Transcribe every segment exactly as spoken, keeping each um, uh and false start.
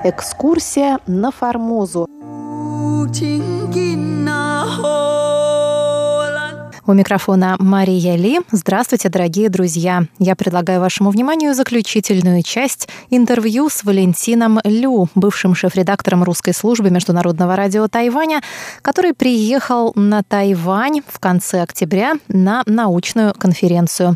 Экскурсия на Формозу. У микрофона Мария Ли. Здравствуйте, дорогие друзья. Я предлагаю вашему вниманию заключительную часть интервью с Валентином Лю, бывшим шеф-редактором русской службы Международного радио Тайваня, который приехал на Тайвань в конце октября на научную конференцию.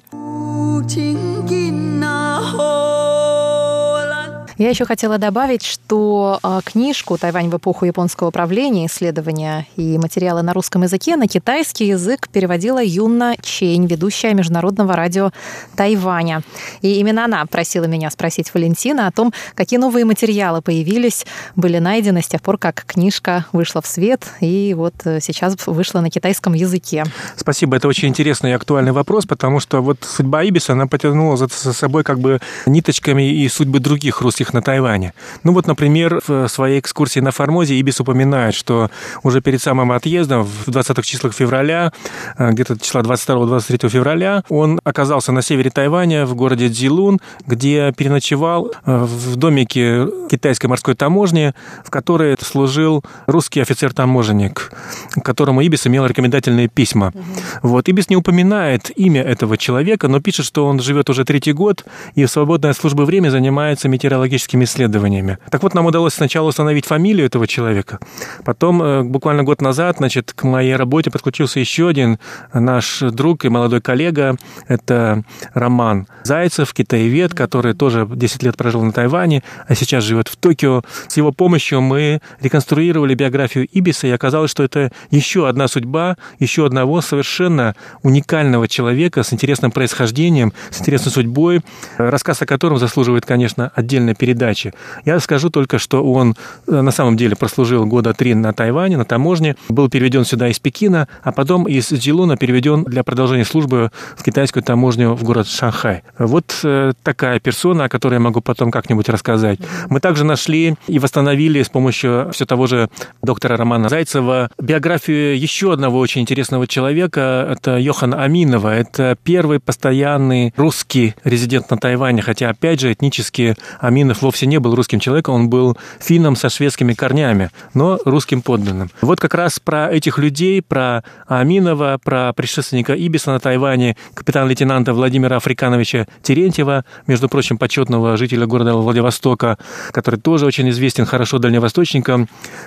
Я еще хотела добавить, что книжку «Тайвань в эпоху японского правления. Исследования и материалы на русском языке» на китайский язык переводила Юнна Чень, ведущая Международного радио Тайваня. И именно она просила меня спросить Валентина о том, какие новые материалы появились, были найдены с тех пор, как книжка вышла в свет и вот сейчас вышла на китайском языке. Спасибо, это очень интересный и актуальный вопрос, потому что вот судьба Ибиса, она потянула за собой как бы ниточками и судьбы других русских на Тайване. Ну вот, например, в своей экскурсии на Формозе Ибис упоминает, что уже перед самым отъездом, в двадцатых числах февраля, где-то числа двадцать второго - двадцать третьего февраля, он оказался на севере Тайваня, в городе Цзилун, где переночевал в домике китайской морской таможни, в которой служил русский офицер-таможенник, к которому Ибис имел рекомендательные письма. Угу. Вот. Ибис не упоминает имя этого человека, но пишет, что он живет уже третий год и в свободное от службы время занимается метеорологическими исследованиями. Так вот, нам удалось сначала установить фамилию этого человека. Потом, буквально год назад, значит, к моей работе подключился еще один наш друг и молодой коллега. Это Роман Зайцев, китаевед, который тоже десять лет прожил на Тайване, а сейчас живет в Токио. С его помощью мы реконструировали биографию Ибиса, и оказалось, что это еще одна судьба, еще одного совершенно уникального человека с интересным происхождением, с интересной судьбой, рассказ о котором заслуживает, конечно, отдельной передачи. Я скажу только, что он на самом деле прослужил года три на Тайване, на таможне, был переведен сюда из Пекина, а потом из Цзилуна переведен для продолжения службы в китайскую таможню в город Шанхай. Вот такая персона, о которой я могу потом как-нибудь рассказать. Мы также нашли и восстановили с помощью все того же доктора Романа Зайцева биографию еще одного очень интересного человека. Это Йохана Аминова. Это первый постоянный русский резидент на Тайване, хотя, опять же, этнически Аминов вовсе не был русским человеком, он был финном со шведскими корнями, но русским подданным. Вот как раз про этих людей, про Аминова, про предшественника Ибиса на Тайване, капитан-лейтенанта Владимира Африкановича Терентьева, между прочим, почетного жителя города Владивостока, который тоже очень известен хорошо дальневосточникам,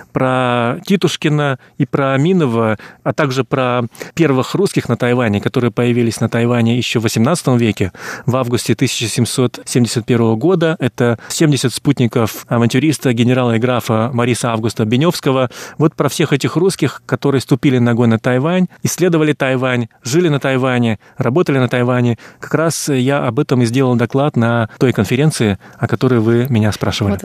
про Титушкина и про Аминова, а также про первых русских на Тайване, которые появились на Тайване еще в восемнадцатом веке, в августе тысяча семьсот семьдесят первого года. Это семьдесят спутников авантюриста, генерала и графа Мариса Августа Беневского. Вот про всех этих русских, которые ступили ногой на Тайвань, исследовали Тайвань, жили на Тайване, работали на Тайване. Как раз я об этом и сделал доклад на той конференции, о которой вы меня спрашивали.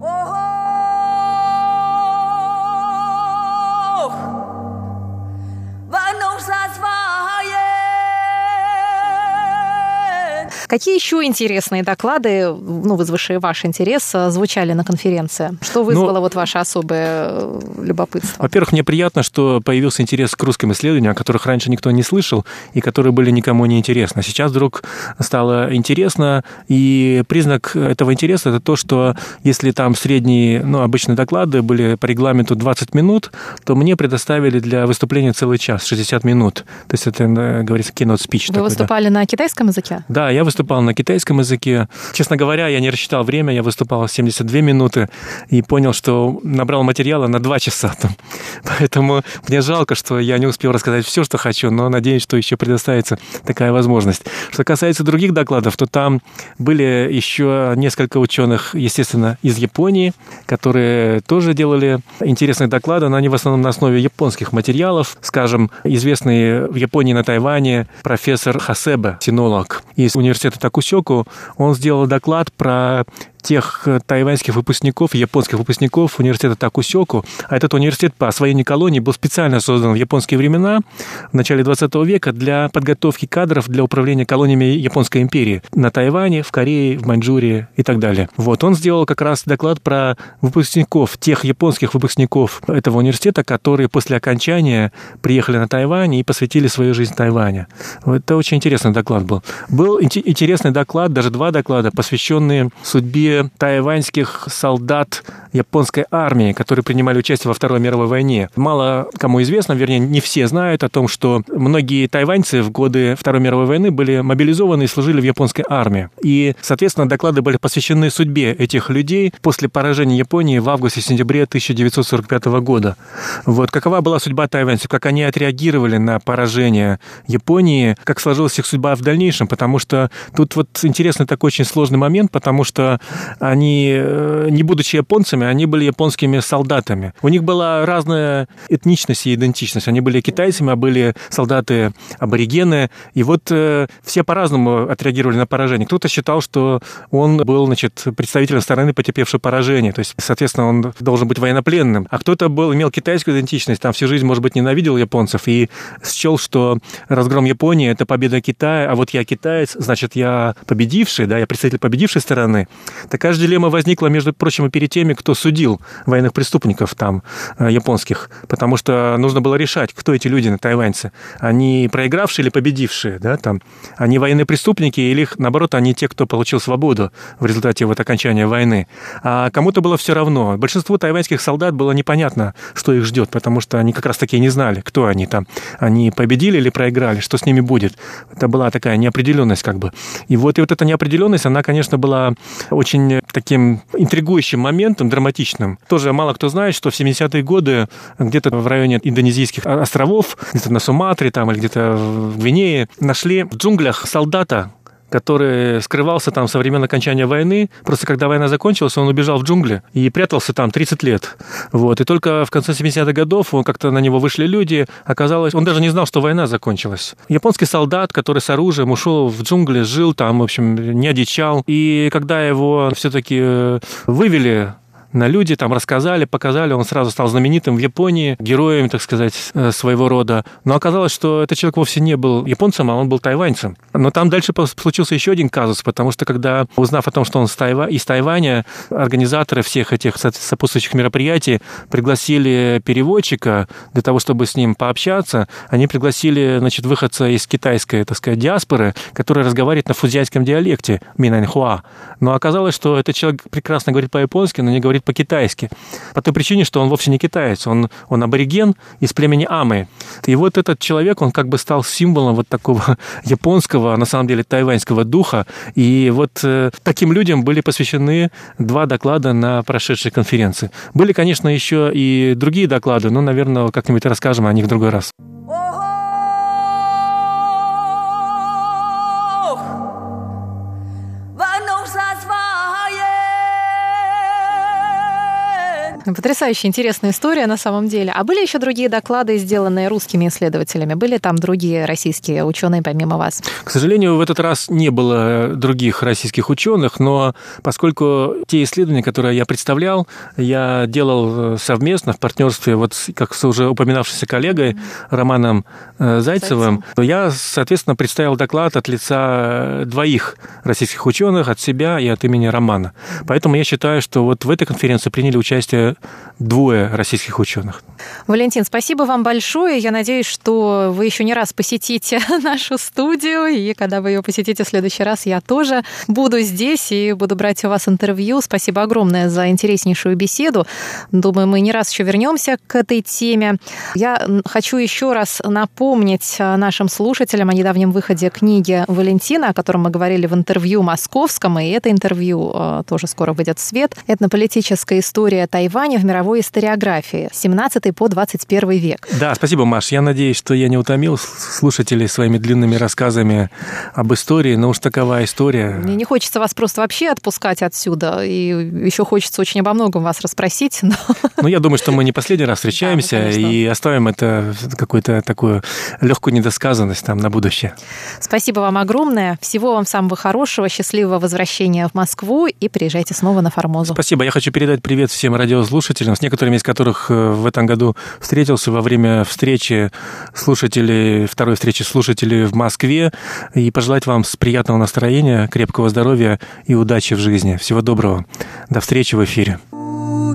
Какие еще интересные доклады, ну, вызвавшие ваш интерес, звучали на конференции? Что вызвало ну, вот ваше особое любопытство? Во-первых, мне приятно, что появился интерес к русским исследованиям, о которых раньше никто не слышал и которые были никому не интересны. Сейчас вдруг стало интересно, и признак этого интереса – это то, что если там средние, ну, обычные доклады были по регламенту двадцать минут, то мне предоставили для выступления целый час, шестьдесят минут. То есть это, говорится, keynote speech. Вы такой, выступали да. на китайском языке? Да, я выступал на китайском языке. Честно говоря, я не рассчитал время, я выступал семьдесят две минуты и понял, что набрал материала на два часа. Там. Поэтому мне жалко, что я не успел рассказать все, что хочу, но надеюсь, что еще предоставится такая возможность. Что касается других докладов, то там были еще несколько ученых, естественно, из Японии, которые тоже делали интересные доклады, но они в основном на основе японских материалов. Скажем, известный в Японии на Тайване профессор Хасебе, синолог из университета Такусёку, он сделал доклад про тех тайваньских выпускников, японских выпускников университета Такусёку. А этот университет по освоению колоний был специально создан в японские времена, в начале двадцатого века, для подготовки кадров для управления колониями Японской империи на Тайване, в Корее, в Маньчжурии и так далее. Вот, он сделал как раз доклад про выпускников, тех японских выпускников этого университета, которые после окончания приехали на Тайвань и посвятили свою жизнь Тайваню. Это очень интересный доклад был. Был интересный доклад, даже два доклада, посвященные судьбе среди тайваньских солдат японской армии, которые принимали участие во Второй мировой войне. Мало кому известно, вернее, не все знают о том, что многие тайваньцы в годы Второй мировой войны были мобилизованы и служили в японской армии. И, соответственно, доклады были посвящены судьбе этих людей после поражения Японии в августе-сентябре тысяча девятьсот сорок пятого года. Вот какова была судьба тайваньцев, как они отреагировали на поражение Японии, как сложилась их судьба в дальнейшем, потому что тут вот интересный такой очень сложный момент, потому что они, не будучи японцами, они были японскими солдатами. У них была разная этничность и идентичность. Они были китайцами, а были солдаты-аборигены. И вот э, все по-разному отреагировали на поражение. Кто-то считал, что он был, значит, представителем стороны, потерпевшей поражение. То есть, соответственно, он должен быть военнопленным. А кто-то был, имел китайскую идентичность, там всю жизнь, может быть, ненавидел японцев и счел, что разгром Японии – это победа Китая, а вот я китаец, значит, я победивший, да, я представитель победившей стороны. Такая же дилемма возникла, между прочим, и перед теми, кто судил военных преступников там, японских, потому что нужно было решать, кто эти люди, тайваньцы. Они проигравшие или победившие, да, там, они военные преступники или, их, наоборот, они те, кто получил свободу в результате вот окончания войны. А кому-то было все равно. Большинству тайваньских солдат было непонятно, что их ждет, потому что они как раз-таки не знали, кто они там. Они победили или проиграли, что с ними будет. Это была такая неопределенность как бы. И вот, и вот эта неопределенность, она, конечно, была очень таким интригующим моментом, драматичным. Тоже мало кто знает, что в семидесятые годы где-то в районе Индонезийских островов, где-то на Суматре там, или где-то в Гвинее, нашли в джунглях солдата, который скрывался там со времен окончания войны. Просто когда война закончилась, он убежал в джунгли и прятался там тридцать лет. Вот. И только в конце семидесятых годов он как-то на него вышли люди. Оказалось, он даже не знал, что война закончилась. Японский солдат, который с оружием ушел в джунгли, жил там, в общем, не одичал. И когда его все-таки вывели на люди, там рассказали, показали, он сразу стал знаменитым в Японии, героем, так сказать, своего рода. Но оказалось, что этот человек вовсе не был японцем, а он был тайваньцем. Но там дальше случился еще один казус, потому что когда, узнав о том, что он из Тайваня, организаторы всех этих сопутствующих мероприятий пригласили переводчика для того, чтобы с ним пообщаться. Они пригласили, значит, выходца из китайской, так сказать, диаспоры, который разговаривает на фудзянском диалекте, минаньхуа. Но оказалось, что этот человек прекрасно говорит по-японски, но не говорит по-китайски. По той причине, что он вовсе не китаец, он, он абориген из племени Амы. И вот этот человек, он как бы стал символом вот такого японского, на самом деле, тайваньского духа. И вот э, таким людям были посвящены два доклада на прошедшей конференции. Были, конечно, еще и другие доклады, но, наверное, как-нибудь расскажем о них в другой раз. Потрясающе интересная история на самом деле. А были еще другие доклады, сделанные русскими исследователями? Были там другие российские ученые помимо вас? К сожалению, в этот раз не было других российских ученых, но поскольку те исследования, которые я представлял, я делал совместно в партнерстве вот как с уже упоминавшимся коллегой Романом Зайцевым, то я, соответственно, представил доклад от лица двоих российских ученых, от себя и от имени Романа. Поэтому я считаю, что вот в этой конференции приняли участие двое российских ученых. Валентин, спасибо вам большое. Я надеюсь, что вы еще не раз посетите нашу студию, и когда вы ее посетите в следующий раз, я тоже буду здесь и буду брать у вас интервью. Спасибо огромное за интереснейшую беседу. Думаю, мы не раз еще вернемся к этой теме. Я хочу еще раз напомнить нашим слушателям о недавнем выходе книги Валентина, о котором мы говорили в интервью московском, и это интервью тоже скоро выйдет в свет. Этнополитическая история Тайваня в мировой историографии семнадцатый по двадцать первый век. Да, спасибо, Маш. Я надеюсь, что я не утомил слушателей своими длинными рассказами об истории, но уж такова история. Мне не хочется вас просто вообще отпускать отсюда, и еще хочется очень обо многом вас расспросить. Но... Ну, я думаю, что мы не последний раз встречаемся, да, и оставим это какую-то такую легкую недосказанность там на будущее. Спасибо вам огромное. Всего вам самого хорошего, счастливого возвращения в Москву, и приезжайте снова на Формозу. Спасибо. Я хочу передать привет всем радиослушателям, с некоторыми из которых в этом году встретился во время встречи слушателей, второй встречи слушателей в Москве, и пожелать вам приятного настроения, крепкого здоровья и удачи в жизни. Всего доброго. До встречи в эфире.